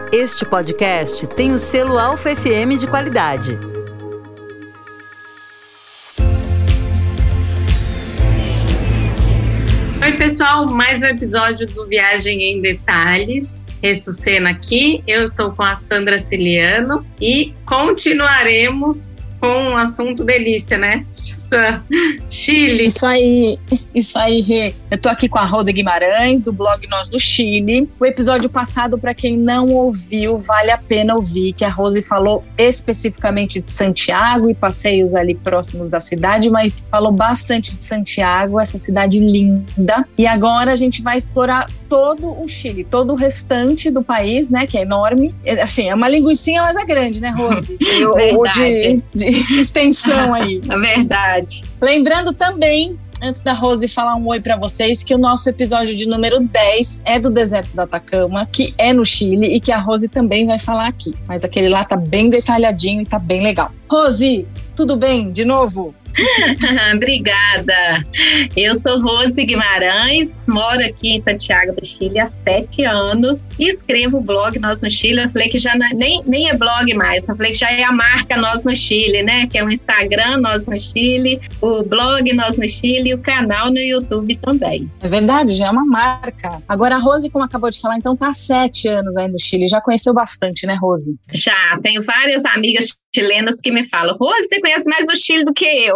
Este podcast tem o selo Alfa FM de qualidade. Oi, pessoal, mais um episódio do Viagem em Detalhes. Ressucena aqui, eu estou com a Sandra Ciliano e continuaremos com um assunto delícia, né? Chile. Isso aí, Rê. Eu tô aqui com a Rose Guimarães, do blog Nós do Chile. O episódio passado, para quem não ouviu, vale a pena ouvir, que a Rose falou especificamente de Santiago e passeios ali próximos da cidade, mas falou bastante de Santiago, essa cidade linda. E agora a gente vai explorar todo o Chile, todo o restante do país, né, que é enorme. Assim, é uma linguicinha, mas é grande, né, Rose? Ou de extensão aí. É verdade. Lembrando também, antes da Rose falar um oi pra vocês, que o nosso episódio de número 10 é do deserto do Atacama, que é no Chile e que a Rose também vai falar aqui. Mas aquele lá tá bem detalhadinho e tá bem legal. Rose, tudo bem de novo? Obrigada. Eu sou Rose Guimarães, moro aqui em Santiago do Chile há 7 anos e escrevo o blog Nós no Chile. Eu falei que já nem é blog mais, eu falei que já é a marca Nós no Chile, né? Que é o Instagram Nós no Chile, o blog Nós no Chile e o canal no YouTube também. É verdade, já é uma marca. Agora a Rose, como acabou de falar, então tá há 7 anos aí no Chile. Já conheceu bastante, né, Rose? Já, tenho várias amigas chilenas que me falam: Rose, você conhece mais o Chile do que eu.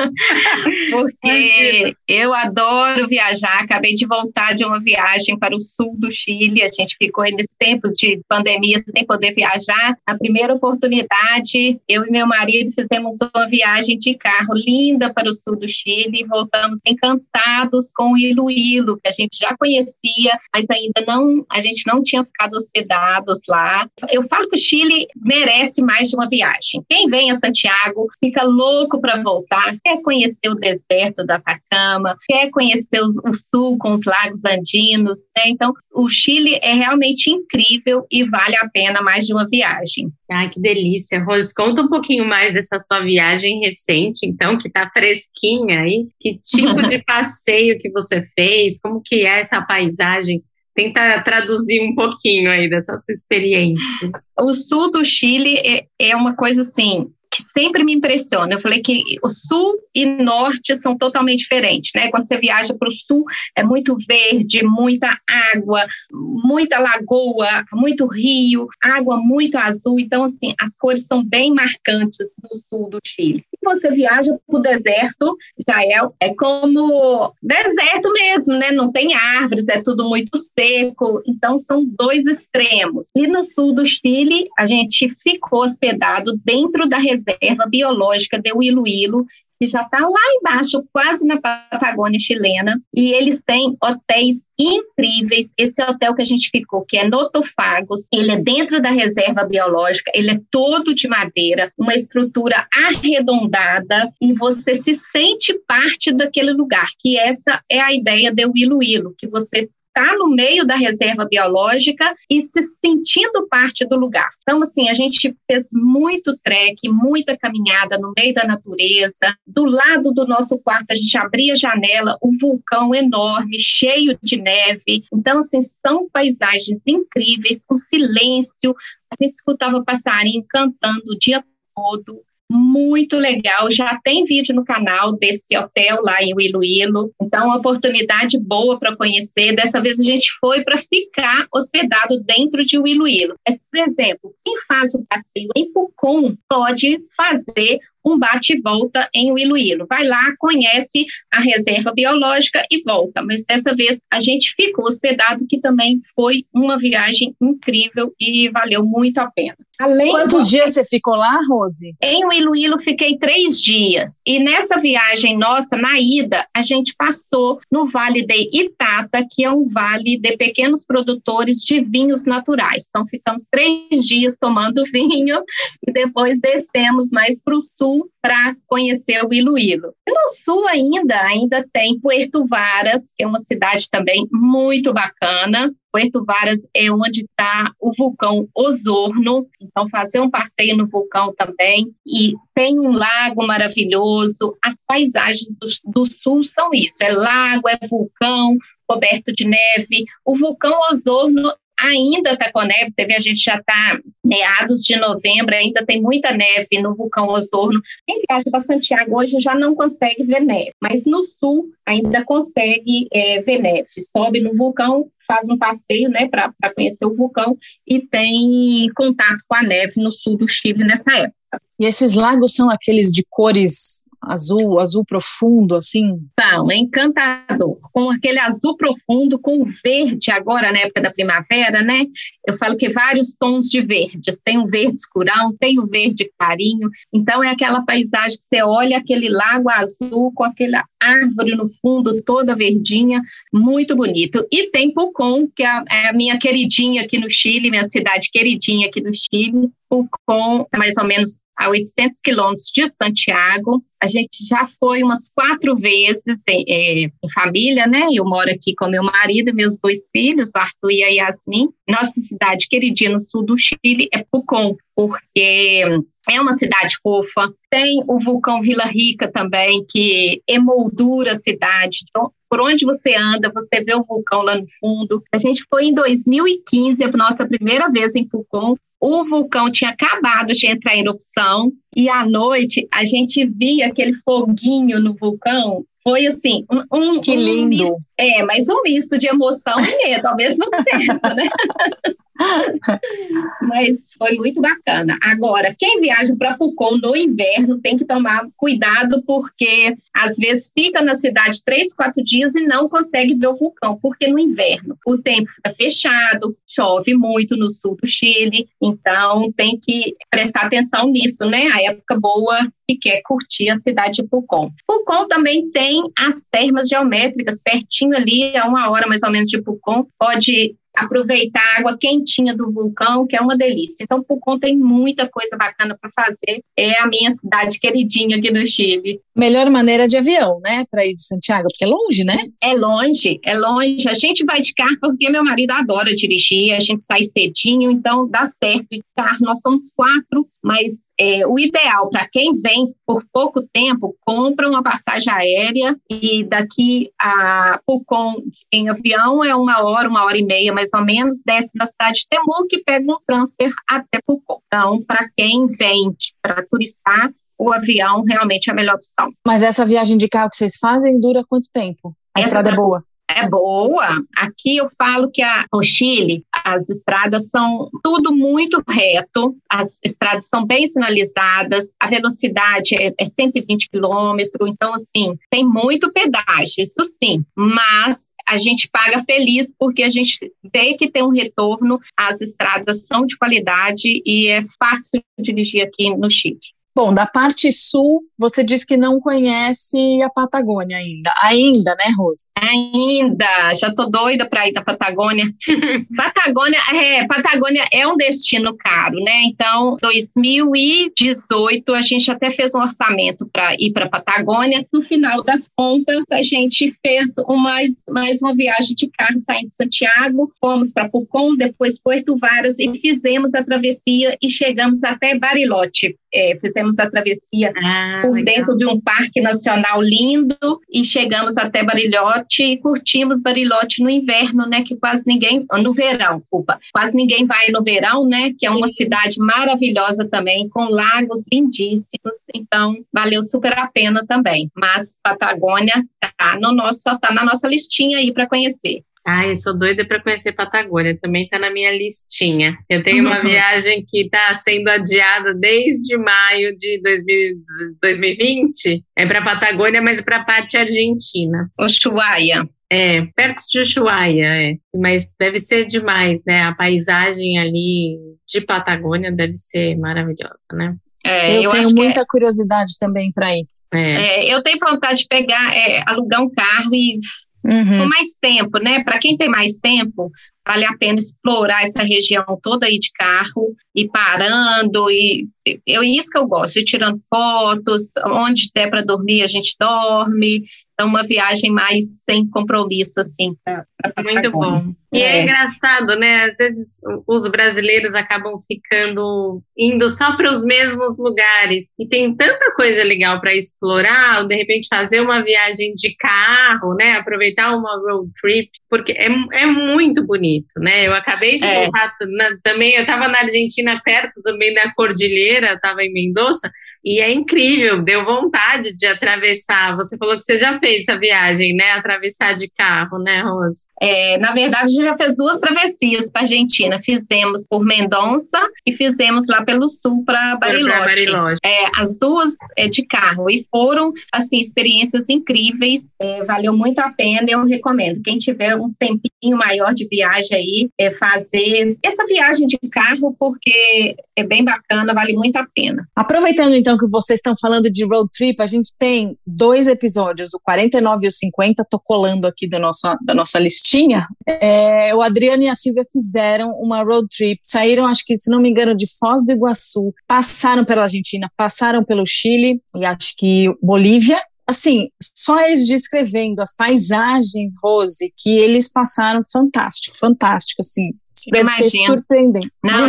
Porque eu adoro viajar. Acabei de voltar de uma viagem para o sul do Chile. A gente ficou aí nesse tempo de pandemia sem poder viajar. A primeira oportunidade, eu e meu marido fizemos uma viagem de carro linda para o sul do Chile e voltamos encantados com o Iloílo, que a gente já conhecia, mas ainda a gente não tinha ficado hospedados lá. Eu falo que o Chile merece mais de uma viagem. Quem vem a Santiago fica louco para voltar, quer conhecer o deserto do Atacama, quer conhecer o sul com os lagos andinos, né? Então, o Chile é realmente incrível e vale a pena mais de uma viagem. Ai, que delícia. Rose, conta um pouquinho mais dessa sua viagem recente, então, que tá fresquinha aí. Que tipo de passeio que você fez? Como que é essa paisagem? Tenta traduzir um pouquinho aí dessa sua experiência. O sul do Chile é uma coisa assim que sempre me impressiona. Eu falei que o sul e norte são totalmente diferentes, né? Quando você viaja para o sul, é muito verde, muita água, muita lagoa, muito rio, água muito azul. Então, assim, as cores são bem marcantes no sul do Chile. E você viaja para o deserto, já é como deserto mesmo, né? Não tem árvores, é tudo muito seco. Então, são dois extremos. E no sul do Chile, a gente ficou hospedado dentro da reserva biológica de Iloílo, que já está lá embaixo, quase na Patagônia chilena, e eles têm hotéis incríveis. Esse hotel que a gente ficou, que é Notofagos, ele é dentro da reserva biológica, ele é todo de madeira, uma estrutura arredondada, e você se sente parte daquele lugar, que essa é a ideia de Iloílo, que você está no meio da reserva biológica e se sentindo parte do lugar. Então, assim, a gente fez muito trek, muita caminhada no meio da natureza. Do lado do nosso quarto, a gente abria a janela, um vulcão enorme, cheio de neve. Então, assim, são paisagens incríveis, com silêncio. A gente escutava passarinho cantando o dia todo. Muito legal, já tem vídeo no canal desse hotel lá em Iloílo, então uma oportunidade boa para conhecer. Dessa vez a gente foi para ficar hospedado dentro de Iloílo. Mas, por exemplo, quem faz o passeio em Pucón pode fazer um bate e volta em Iloílo. Vai lá, conhece a reserva biológica e volta. Mas dessa vez a gente ficou hospedado, que também foi uma viagem incrível e valeu muito a pena. Quantos dias você ficou lá, Rose? Em Iloílo fiquei 3 dias. E nessa viagem nossa, na ida, a gente passou no Vale de Itata, que é um vale de pequenos produtores de vinhos naturais. Então ficamos 3 dias tomando vinho e depois descemos mais para o sul para conhecer o Iloílo. E no sul ainda tem Puerto Varas, que é uma cidade também muito bacana. Puerto Varas é onde está o vulcão Osorno, então fazer um passeio no vulcão também, e tem um lago maravilhoso. As paisagens do sul são isso, é lago, é vulcão, coberto de neve. O vulcão Osorno ainda está com neve, você vê, a gente já está meados de novembro, ainda tem muita neve no vulcão Osorno. Quem viaja para Santiago hoje já não consegue ver neve, mas no sul ainda consegue ver neve. Sobe no vulcão, faz um passeio, né, para conhecer o vulcão e tem contato com a neve no sul do Chile nessa época. E esses lagos são aqueles de cores azul, azul profundo, assim? Não, é encantador. Com aquele azul profundo, com o verde agora na época da primavera, né? Eu falo que vários tons de verdes. Tem o verde escurão, tem o verde clarinho. Então é aquela paisagem que você olha aquele lago azul com aquela árvore no fundo toda verdinha, muito bonito. E tem Pucón, que é a minha queridinha aqui no Chile, minha cidade queridinha aqui no Chile. Pucón, mais ou menos a 800 quilômetros de Santiago. A gente já foi umas 4 vezes em família, né? Eu moro aqui com meu marido e meus 2 filhos, o Arthur e a Yasmin. Nossa cidade queridinha no sul do Chile é Pucón, porque é uma cidade fofa. Tem o vulcão Vila Rica também, que emoldura a cidade. Então, por onde você anda, você vê o vulcão lá no fundo. A gente foi em 2015, a nossa primeira vez em Pucón. O vulcão tinha acabado de entrar em erupção e à noite a gente via aquele foguinho no vulcão. Foi assim, que lindo! Mas um misto de emoção e medo, ao mesmo tempo, né? Mas foi muito bacana. Agora, quem viaja para Pucón no inverno tem que tomar cuidado, porque às vezes fica na cidade 3, 4 dias e não consegue ver o vulcão, porque no inverno o tempo fica fechado, chove muito no sul do Chile, então tem que prestar atenção nisso, né? A época boa que quer curtir a cidade de Pucón. Pucón também tem as termas geométricas, pertinho ali, a 1 hora mais ou menos de Pucón, pode aproveitar a água quentinha do vulcão, que é uma delícia. Então, Pucón tem muita coisa bacana para fazer. É a minha cidade queridinha aqui no Chile. Melhor maneira de avião, né? Para ir de Santiago, porque é longe, né? É longe. A gente vai de carro porque meu marido adora dirigir, a gente sai cedinho, então dá certo. De carro, nós somos 4, mas o ideal para quem vem por pouco tempo, compra uma passagem aérea e daqui a Pucón em avião é 1 hora, 1 hora e meia mais ou menos, desce na cidade de Temuco e pega um transfer até Pucón. Então, para quem vem para turistar, o avião realmente é a melhor opção. Mas essa viagem de carro que vocês fazem dura quanto tempo? A estrada é boa? É boa. Aqui eu falo que no Chile as estradas são tudo muito reto, as estradas são bem sinalizadas, a velocidade é 120 quilômetros, então assim, tem muito pedágio, isso sim, mas a gente paga feliz porque a gente vê que tem um retorno, as estradas são de qualidade e é fácil dirigir aqui no Chile. Bom, da parte sul, você disse que não conhece a Patagônia ainda. Ainda, né, Rose? Ainda, já tô doida para ir da Patagônia. Patagônia é um destino caro, né? Então, 2018, a gente até fez um orçamento para ir para Patagônia. No final das contas, a gente fez mais uma viagem de carro saindo de Santiago, fomos para Pucón, depois Puerto Varas e fizemos a travessia e chegamos até Bariloche. Fizemos a travessia por legal. Dentro de um parque nacional lindo e chegamos até Bariloche e curtimos Bariloche no inverno, né, que quase ninguém vai no verão, né, que é uma cidade maravilhosa também, com lagos lindíssimos, então valeu super a pena também, mas Patagônia tá na nossa listinha aí para conhecer. Eu sou doida para conhecer Patagônia, também está na minha listinha. Eu tenho uma viagem que está sendo adiada desde maio de 2020, é para Patagônia, mas para a parte argentina. Ushuaia. Perto de Ushuaia, mas deve ser demais, né? A paisagem ali de Patagônia deve ser maravilhosa, né? Eu tenho muita curiosidade também para ir. Eu tenho vontade de pegar, alugar um carro e com mais tempo, né? Para quem tem mais tempo, vale a pena explorar essa região toda aí de carro, e parando, isso que eu gosto, ir tirando fotos, onde der para dormir a gente dorme, então uma viagem mais sem compromisso, assim, para muito bom. E é engraçado, né, às vezes os brasileiros acabam indo só para os mesmos lugares, e tem tanta coisa legal para explorar, ou de repente fazer uma viagem de carro, né, aproveitar uma road trip, porque é muito bonito, né? Eu acabei de voltar também, eu estava na Argentina, perto também da Cordilheira, estava em Mendoza, e é incrível, deu vontade de atravessar. Você falou que você já fez essa viagem, né? Atravessar de carro, né, Rose? Na verdade, a gente já fez 2 travessias para a Argentina. Fizemos por Mendoza e fizemos lá pelo sul para Bariloche. As 2 de carro. E foram, assim, experiências incríveis. Valeu muito a pena, eu recomendo. Quem tiver um tempinho maior de viagem aí, fazer essa viagem de carro, porque é bem bacana, vale muito a pena. Aproveitando, então, que vocês estão falando de road trip, a gente tem 2 episódios, o 49 e o 50, tô colando aqui da nossa listinha. O Adriano e a Silvia fizeram uma road trip, saíram, acho que, se não me engano, de Foz do Iguaçu, passaram pela Argentina, passaram pelo Chile e acho que Bolívia. Assim, só eles descrevendo as paisagens, Rose, que eles passaram, fantástico, assim, deve ser surpreendente. Não,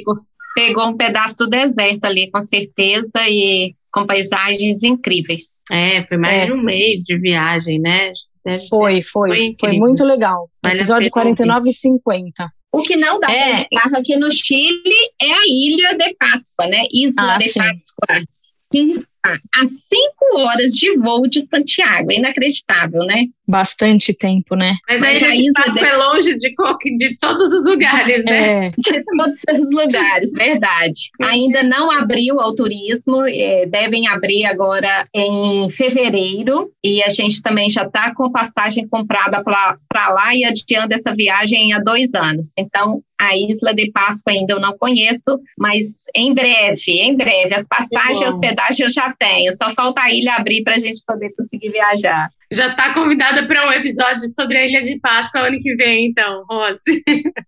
pegou um pedaço do deserto ali, com certeza, e com paisagens incríveis. Foi mais de um mês de viagem, né? Foi muito legal. Vale episódio 49 e 50. O que não dá para de carro aqui no Chile é a Ilha de Páscoa, né? Isla de Páscoa. Que está a 5 horas de voo de Santiago. É inacreditável, né? Bastante tempo, né? Mas a Ilha de Páscoa é longe de todos os lugares, né? De todos os lugares, verdade. Ainda não abriu ao turismo, devem abrir agora em fevereiro, e a gente também já está com passagem comprada para lá e adiando essa viagem há 2 anos. Então, a Isla de Páscoa ainda eu não conheço, mas em breve, as passagens e hospedagem eu já tenho, só falta a ilha abrir para a gente poder conseguir viajar. Já está convidada para um episódio sobre a Ilha de Páscoa ano que vem, então, Rose.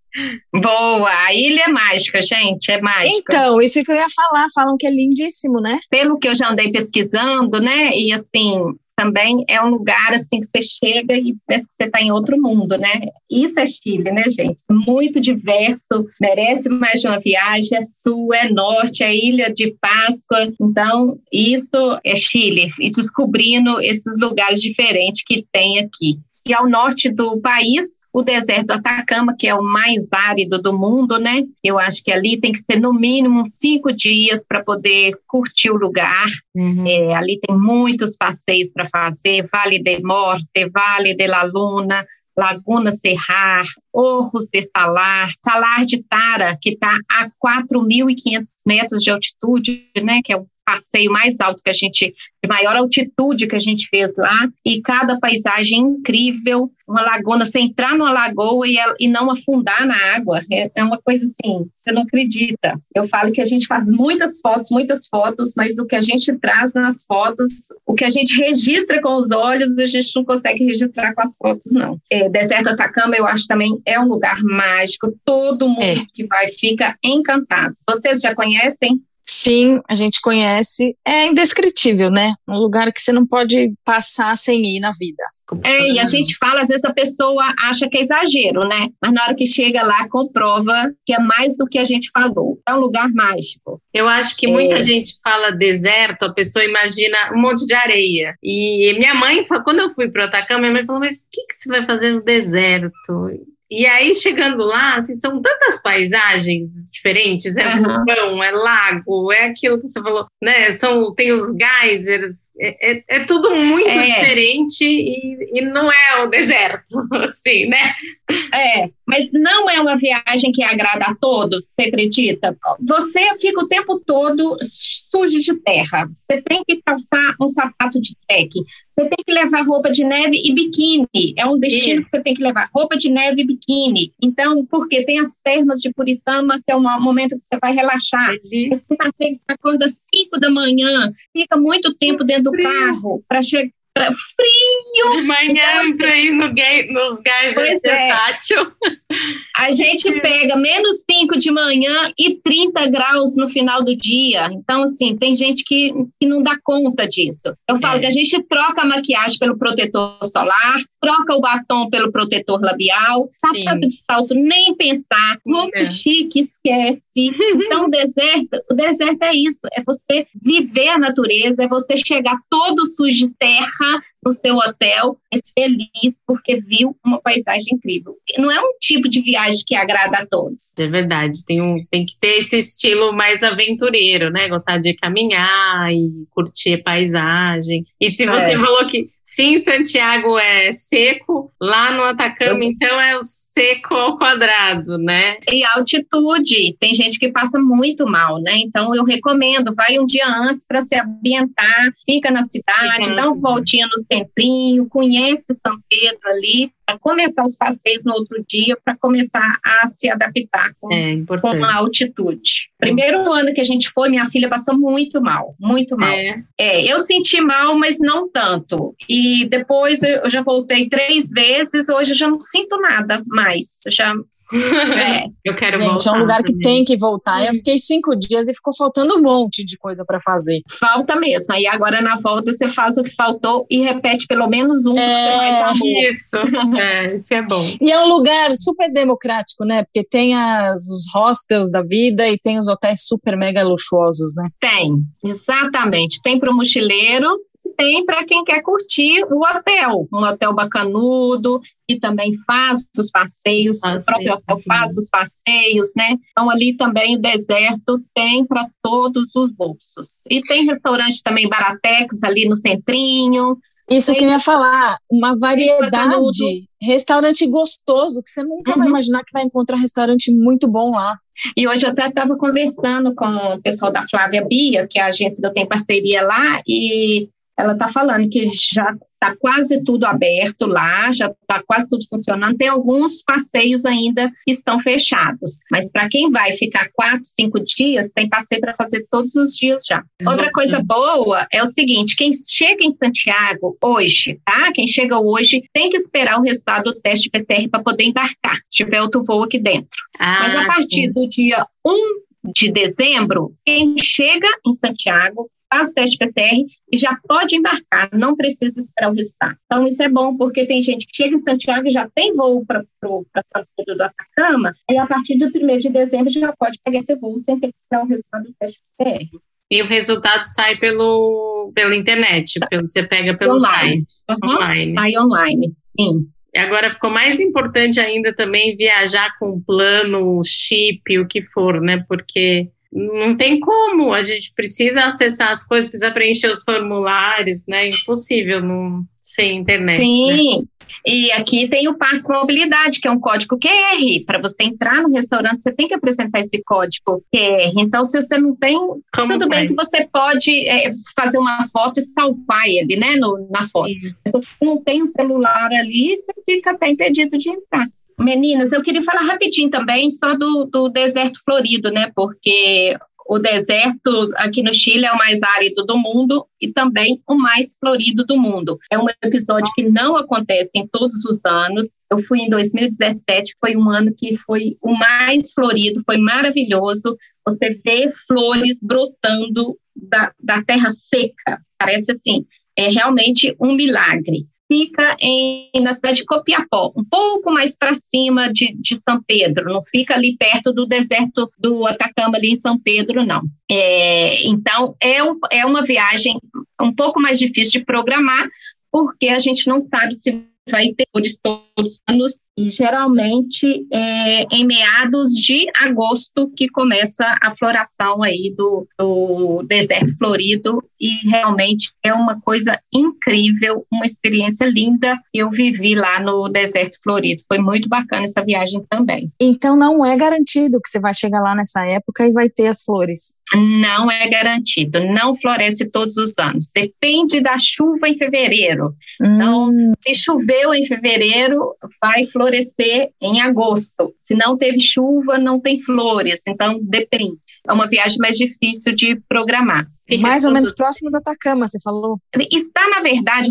Boa, a ilha é mágica, gente, é mágica. Então, isso que eu ia falar, falam que é lindíssimo, né? Pelo que eu já andei pesquisando, né, e assim, também é um lugar assim que você chega e parece que você está em outro mundo, né? Isso é Chile, né, gente? Muito diverso, merece mais de uma viagem, é sul, é norte, é Ilha de Páscoa. Então, isso é Chile, e descobrindo esses lugares diferentes que tem aqui. E ao norte do país, o deserto do Atacama, que é o mais árido do mundo, né? Eu acho que ali tem que ser no mínimo 5 dias para poder curtir o lugar. Ali tem muitos passeios para fazer, Vale de Morte, Vale de la Luna, Laguna Serrar, Orros de Salar, Salar de Tara, que está a 4.500 metros de altitude, né? Que é o passeio mais alto de maior altitude que a gente fez lá, e cada paisagem incrível, uma laguna, você entrar numa lagoa e não afundar na água, é uma coisa assim, você não acredita. Eu falo que a gente faz muitas fotos, mas o que a gente traz nas fotos, o que a gente registra com os olhos, a gente não consegue registrar com as fotos, não. Deserto Atacama, eu acho também é um lugar mágico, todo mundo que vai fica encantado. Vocês já conhecem? Sim, a gente conhece, é indescritível, né? Um lugar que você não pode passar sem ir na vida. E a gente fala, às vezes a pessoa acha que é exagero, né? Mas na hora que chega lá, comprova que é mais do que a gente falou. É um lugar mágico. Eu acho que muita gente fala deserto, a pessoa imagina um monte de areia. E minha mãe, quando eu fui para o Atacama, minha mãe falou, mas o que você vai fazer no deserto? E aí, chegando lá, assim, são tantas paisagens diferentes, vulcão, é lago, é aquilo que você falou, né, tem os geysers, é tudo muito diferente e não é o deserto, assim, né? Mas não é uma viagem que agrada a todos, você acredita? Você fica o tempo todo sujo de terra, você tem que calçar um sapato de trekking, você tem que levar roupa de neve e biquíni, é um destino que você tem que levar roupa de neve e biquíni. Então, porque tem as termas de Puritama, que é um momento que você vai relaxar. Você passeia, você acorda às 5 da manhã, fica muito tempo dentro do carro para chegar. Frio! De manhã então, entra aí nos geysers portátil. A gente pega -5 de manhã e 30 graus no final do dia. Então, assim, tem gente que não dá conta disso. Eu falo que a gente troca a maquiagem pelo protetor solar, troca o batom pelo protetor labial, sapato de salto, nem pensar, roupa chique, esquece. Então, o deserto é isso, é você viver a natureza, é você chegar todo sujo de terra, ficar no seu hotel, mas feliz porque viu uma paisagem incrível. Não é um tipo de viagem que agrada a todos. É verdade, tem que ter esse estilo mais aventureiro, né? Gostar de caminhar e curtir a paisagem. E se você falou que sim, Santiago é seco, lá no Atacama, então é o seco ao quadrado, né? E altitude, tem gente que passa muito mal, né? Então eu recomendo, vai um dia antes para se ambientar, fica na cidade, dá uma voltinha no centrinho, conhece São Pedro ali, para começar os passeios no outro dia, para começar a se adaptar com a altitude. Primeiro ano que a gente foi, minha filha passou muito mal, muito mal. Eu senti mal, mas não tanto. E depois eu já voltei 3 vezes, hoje eu já não sinto nada mais. Eu quero voltar. Gente, é um lugar também. Que tem que voltar. Eu fiquei 5 dias e ficou faltando um monte de coisa para fazer. Falta mesmo. Aí agora na volta você faz o que faltou e repete pelo menos um que você mais amou. Isso é bom. E é um lugar super democrático, né? Porque tem os hostels da vida e tem os hotéis super mega luxuosos, né? Tem, exatamente. Tem para o mochileiro, tem para quem quer curtir o hotel, um hotel bacanudo, e também faz os passeios, o próprio hotel faz os passeios, né? Então ali também o deserto tem para todos os bolsos. E tem restaurante também Baratex ali no centrinho. Isso que eu ia falar, uma variedade, restaurante gostoso, que você nunca vai imaginar que vai encontrar restaurante muito bom lá. E hoje eu até estava conversando com o pessoal da Flávia Bia, que é a agência que eu tenho parceria lá, e ela está falando que já está quase tudo aberto lá, já está quase tudo funcionando. Tem alguns passeios ainda que estão fechados, mas para quem vai ficar 4, 5 dias, tem passeio para fazer todos os dias já. Outra coisa boa é o seguinte, quem chega em Santiago hoje, tá? Quem chega hoje tem que esperar o resultado do teste PCR para poder embarcar, se tiver outro voo aqui dentro. Mas a partir do dia 1 de dezembro, quem chega em Santiago faz o teste PCR e já pode embarcar, não precisa esperar o resultado. Então, isso é bom, porque tem gente que chega em Santiago e já tem voo para São Pedro do Atacama, e a partir do 1º de dezembro já pode pegar esse voo sem ter que esperar o resultado do teste PCR. E o resultado sai pela internet, você pega pelo online. Site. Online. Sai online, sim. Agora ficou mais importante ainda também viajar com plano, chip, o que for, né? Porque não tem como, a gente precisa acessar as coisas, precisa preencher os formulários, né? Impossível sem internet. Sim, né? E aqui tem o Passe Mobilidade, que é um código QR. Para você entrar no restaurante, você tem que apresentar esse código QR. Então, se você não tem, tudo bem que você pode fazer uma foto e salvar ele, né, na foto. Sim. Se você não tem um celular ali, você fica até impedido de entrar. Meninas, eu queria falar rapidinho também só do deserto florido, né? Porque o deserto aqui no Chile é o mais árido do mundo e também o mais florido do mundo. É um episódio que não acontece em todos os anos. Eu fui em 2017, foi um ano que foi o mais florido, foi maravilhoso. Você vê flores brotando da terra seca. Parece assim, é realmente um milagre. Fica na cidade de Copiapó, um pouco mais para cima de São Pedro, não fica ali perto do deserto do Atacama, ali em São Pedro, não. Então, é uma viagem um pouco mais difícil de programar, porque a gente não sabe se vai ter flores todos os anos, e geralmente em meados de agosto que começa a floração aí do deserto florido, e realmente é uma coisa incrível, uma experiência linda que eu vivi lá no deserto florido, foi muito bacana essa viagem também. Então não é garantido que você vai chegar lá nessa época e vai ter as flores? Não é garantido, não floresce todos os anos, depende da chuva em fevereiro. Então, se choveu em fevereiro, vai florescer em agosto. Se não teve chuva, não tem flores. Então, depende. É uma viagem mais difícil de programar. Mais ou menos próximo do Atacama, você falou? Está, na verdade,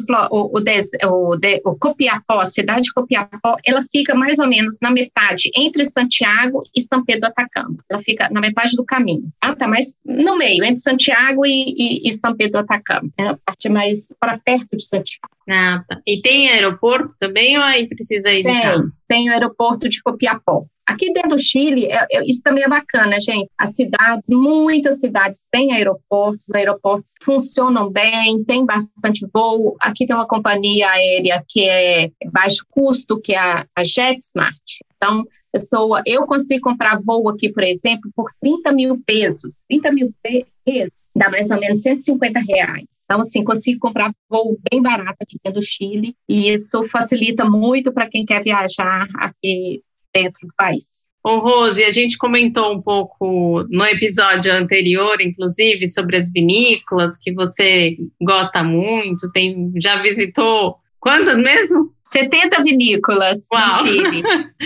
o Copiapó, a cidade de Copiapó, ela fica mais ou menos na metade, entre Santiago e São Pedro do Atacama. Ela fica na metade do caminho. Está mais no meio, entre Santiago e São Pedro do Atacama. É a parte mais para perto de Santiago. Ah, tá. E tem aeroporto também ou aí precisa ir de carro? Tem o aeroporto de Copiapó. Aqui dentro do Chile, isso também é bacana, gente. As cidades, muitas cidades têm aeroportos, os aeroportos funcionam bem, tem bastante voo. Aqui tem uma companhia aérea que é baixo custo, que é a JetSmart. Então, eu consigo comprar voo aqui, por exemplo, por 30 mil pesos. 30 mil pesos dá mais ou menos R$150. Então, assim, consigo comprar voo bem barato aqui dentro do Chile. E isso facilita muito para quem quer viajar aqui dentro do país. Ô, Rose, a gente comentou um pouco no episódio anterior, inclusive, sobre as vinícolas, que você gosta muito, já visitou quantas mesmo? 70 vinícolas no Chile.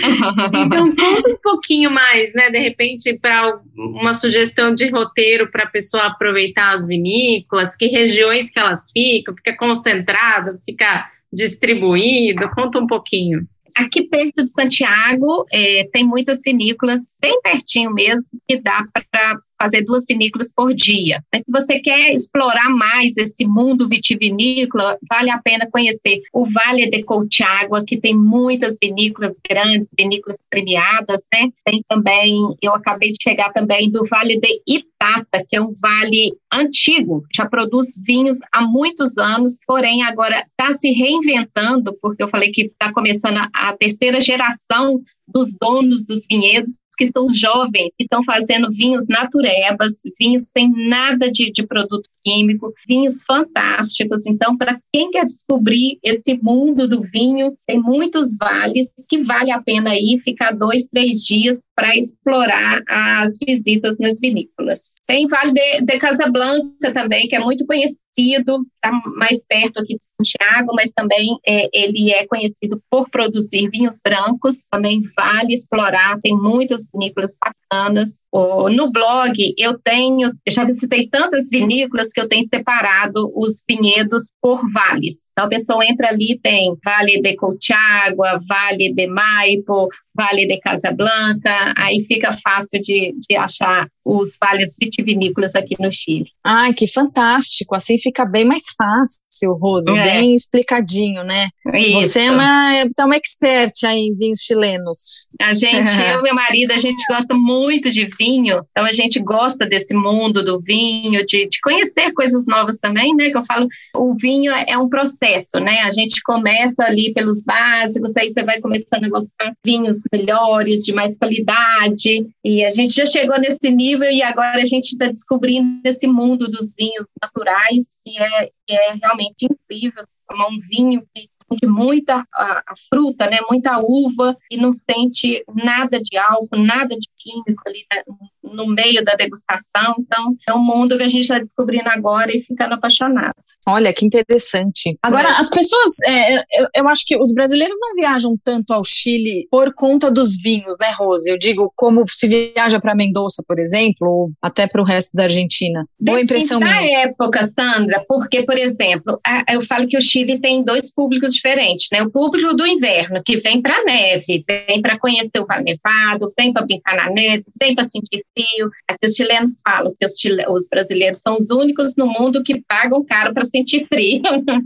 Então, conta um pouquinho mais, né? De repente, para uma sugestão de roteiro para a pessoa aproveitar as vinícolas, que regiões que elas ficam, fica concentrado, fica distribuído, conta um pouquinho. Aqui perto de Santiago tem muitas vinícolas, bem pertinho mesmo, que dá para fazer 2 vinícolas por dia. Mas se você quer explorar mais esse mundo vitivinícola, vale a pena conhecer o Vale de Colchagua, que tem muitas vinícolas grandes, vinícolas premiadas, né? Tem também, eu acabei de chegar também do Vale de Itata, que é um vale antigo, já produz vinhos há muitos anos, porém agora está se reinventando, porque eu falei que está começando a terceira geração dos donos dos vinhedos, que são os jovens, que estão fazendo vinhos naturebas, vinhos sem nada de produto químico, vinhos fantásticos. Então, para quem quer descobrir esse mundo do vinho, tem muitos vales que vale a pena ir ficar 2, 3 dias para explorar as visitas nas vinícolas. Tem Vale de Casablanca também, que é muito conhecido, está mais perto aqui de Santiago, mas também ele é conhecido por produzir vinhos brancos, também vale explorar, tem muitas vinícolas bacanas. No blog eu já visitei tantas vinícolas que eu tenho separado os vinhedos por vales. Então a pessoa entra ali, tem Vale de Colchagua, Vale de Maipo, Vale de Casablanca, aí fica fácil de achar os vales vitivinícolas aqui no Chile. Ai, que fantástico, assim fica bem mais fácil, Rose, bem explicadinho, né? Isso. Você é uma expert aí em vinhos chilenos. A gente, eu e meu marido, a gente gosta muito de vinho, então a gente gosta desse mundo do vinho, de conhecer coisas novas também, né? Que eu falo, o vinho é um processo, né? A gente começa ali pelos básicos, aí você vai começando a gostar de vinhos melhores, de mais qualidade, e a gente já chegou nesse nível e agora a gente está descobrindo esse mundo dos vinhos naturais, que é realmente incrível. Você tomar um vinho que sente muita a fruta, né, muita uva, e não sente nada de álcool, nada de químico ali, né, no meio da degustação. Então, é um mundo que a gente está descobrindo agora e ficando apaixonado. Olha, que interessante. Agora, as pessoas, eu acho que os brasileiros não viajam tanto ao Chile por conta dos vinhos, né, Rose? Eu digo, como se viaja para Mendoza, por exemplo, ou até para o resto da Argentina. Boa impressão minha. Na época, Sandra, porque, por exemplo, eu falo que o Chile tem 2 públicos diferentes, né? O público do inverno, que vem para a neve, vem para conhecer o Vale Nevado, vem para brincar na neve, vem para sentir frio. Aqui os chilenos falam que os brasileiros são os únicos no mundo que pagam caro para sentir frio.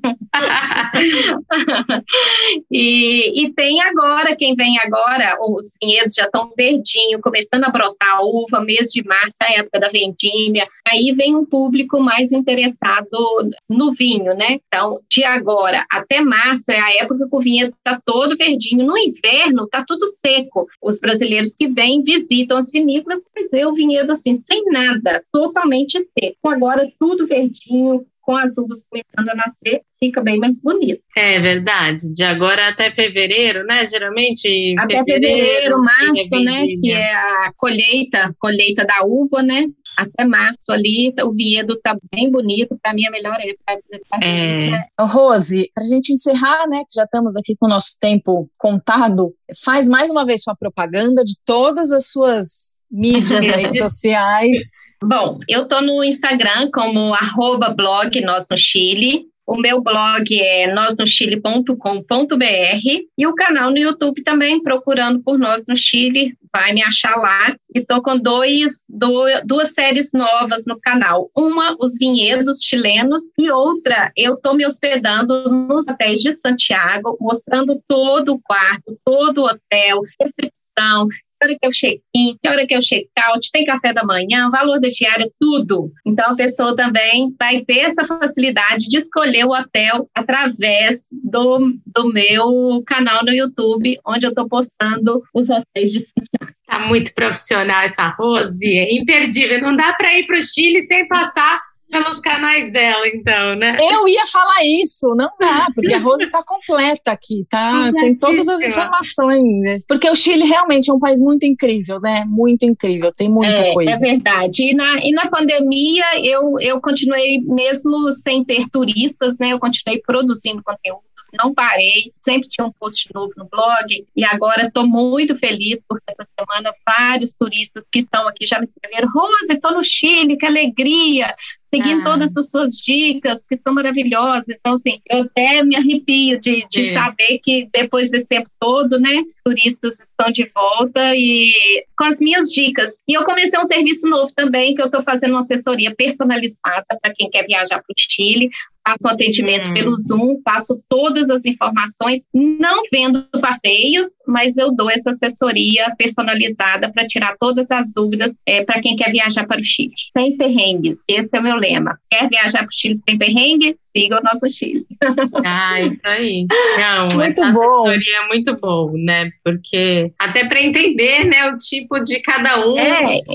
e tem agora, quem vem agora, os vinhedos já estão verdinhos, começando a brotar a uva, mês de março, a época da vendímia. Aí vem um público mais interessado no vinho, né? Então, de agora até março é a época que o vinhedo está todo verdinho. No inverno está tudo seco. Os brasileiros que vêm visitam as vinícolas, mas o vinhedo assim, sem nada, totalmente seco. Agora tudo verdinho, com as uvas começando a nascer, fica bem mais bonito. É verdade, de agora até fevereiro, né, geralmente até fevereiro, março, né, que é a colheita da uva, né, até março ali, o vinhedo tá bem bonito, para mim é a melhor época. Rose, pra gente encerrar, né, que já estamos aqui com o nosso tempo contado, faz mais uma vez sua propaganda de todas as suas mídias aí sociais. Bom, eu tô no Instagram como @blog Nós no Chile. O meu blog é nosnochile.com.br e o canal no YouTube também, procurando por Nós no Chile, vai me achar lá. E estou com duas séries novas no canal. Uma, os vinhedos chilenos, e outra, eu estou me hospedando nos hotéis de Santiago, mostrando todo o quarto, todo o hotel, recepção, alimentação, que hora que é o check-in, que hora que é o check-out, tem café da manhã, valor da diária, tudo. Então, a pessoa também vai ter essa facilidade de escolher o hotel através do meu canal no YouTube, onde eu estou postando os hotéis de Santiago. Tá muito profissional essa Rose, é imperdível. Não dá para ir para o Chile sem passar pelos canais dela, então, né? Eu ia falar isso, não dá, porque a Rose tá completa aqui, tá? Tem todas as informações, né? Porque o Chile realmente é um país muito incrível, né? Muito incrível, tem muita coisa. É verdade. E na pandemia, eu continuei, mesmo sem ter turistas, né? Eu continuei produzindo conteúdos, não parei, sempre tinha um post novo no blog, e agora estou muito feliz, porque essa semana vários turistas que estão aqui já me escreveram: Rose, estou no Chile, que alegria! Seguindo todas as suas dicas, que são maravilhosas. Então, assim, eu até me arrepio de saber que depois desse tempo todo, né, turistas estão de volta e com as minhas dicas. E eu comecei um serviço novo também, que eu estou fazendo uma assessoria personalizada para quem quer viajar para o Chile. Faço um atendimento pelo Zoom, passo todas as informações, não vendo passeios, mas eu dou essa assessoria personalizada para tirar todas as dúvidas para quem quer viajar para o Chile. Sem perrengues, esse é o meu lema. Quer viajar para o Chile sem perrengue? Siga o nosso Chile. Isso aí. Não, muito essa bom. assessoria é muito bom, né? Porque até para entender, né, o tipo de cada um.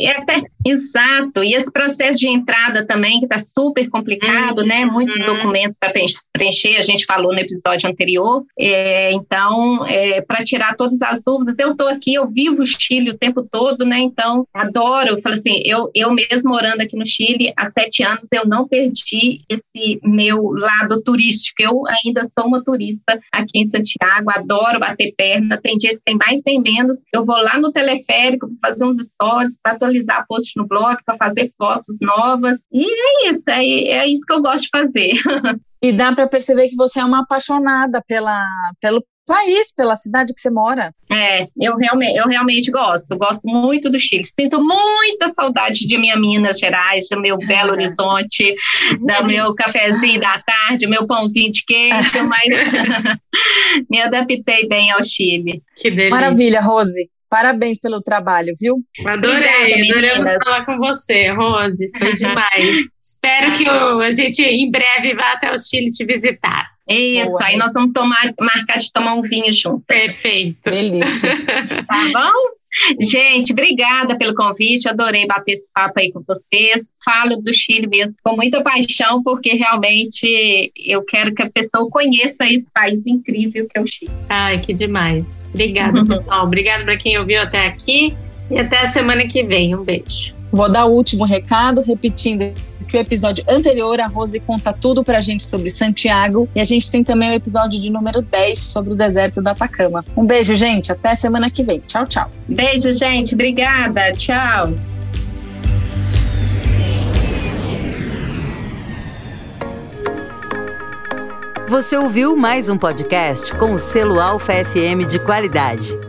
Exato. E esse processo de entrada também, que está super complicado, né? Muitos documentos para preencher, a gente falou no episódio anterior. Então, para tirar todas as dúvidas, eu estou aqui, eu vivo o Chile o tempo todo, né? Então, adoro. Eu falo assim, eu mesmo morando aqui no Chile há 7 anos, eu não perdi esse meu lado turístico. Eu ainda sou uma turista aqui em Santiago, adoro bater perna. Tem dias que tem mais, tem menos. Eu vou lá no teleférico para fazer uns stories, para atualizar post no blog, para fazer fotos novas. E é isso que eu gosto de fazer. E dá para perceber que você é uma apaixonada pelo país, pela cidade que você mora. Eu realmente gosto muito do Chile. Sinto muita saudade de minha Minas Gerais, do meu Belo Horizonte, do meu cafezinho da tarde, meu pãozinho de queijo, mas me adaptei bem ao Chile. Que delícia. Maravilha, Rose. Parabéns pelo trabalho, viu? Adoramos falar com você, Rose. Foi demais. Espero que a gente em breve vá até o Chile te visitar. Isso, aí nós vamos marcar de tomar um vinho junto. Perfeito. Delícia. Tá bom? Gente, obrigada pelo convite, adorei bater esse papo aí com vocês. Falo do Chile mesmo com muita paixão, porque realmente eu quero que a pessoa conheça esse país incrível que é o Chile. Ai, que demais. Obrigada, pessoal. Obrigada para quem ouviu até aqui e até a semana que vem. Um beijo. Vou dar o último recado, repetindo que o episódio anterior, a Rose conta tudo pra gente sobre Santiago, e a gente tem também o episódio de número 10 sobre o deserto do Atacama. Um beijo, gente, até semana que vem. Tchau, tchau. Beijo, gente, obrigada, tchau. Você ouviu mais um podcast com o selo Alfa FM de qualidade.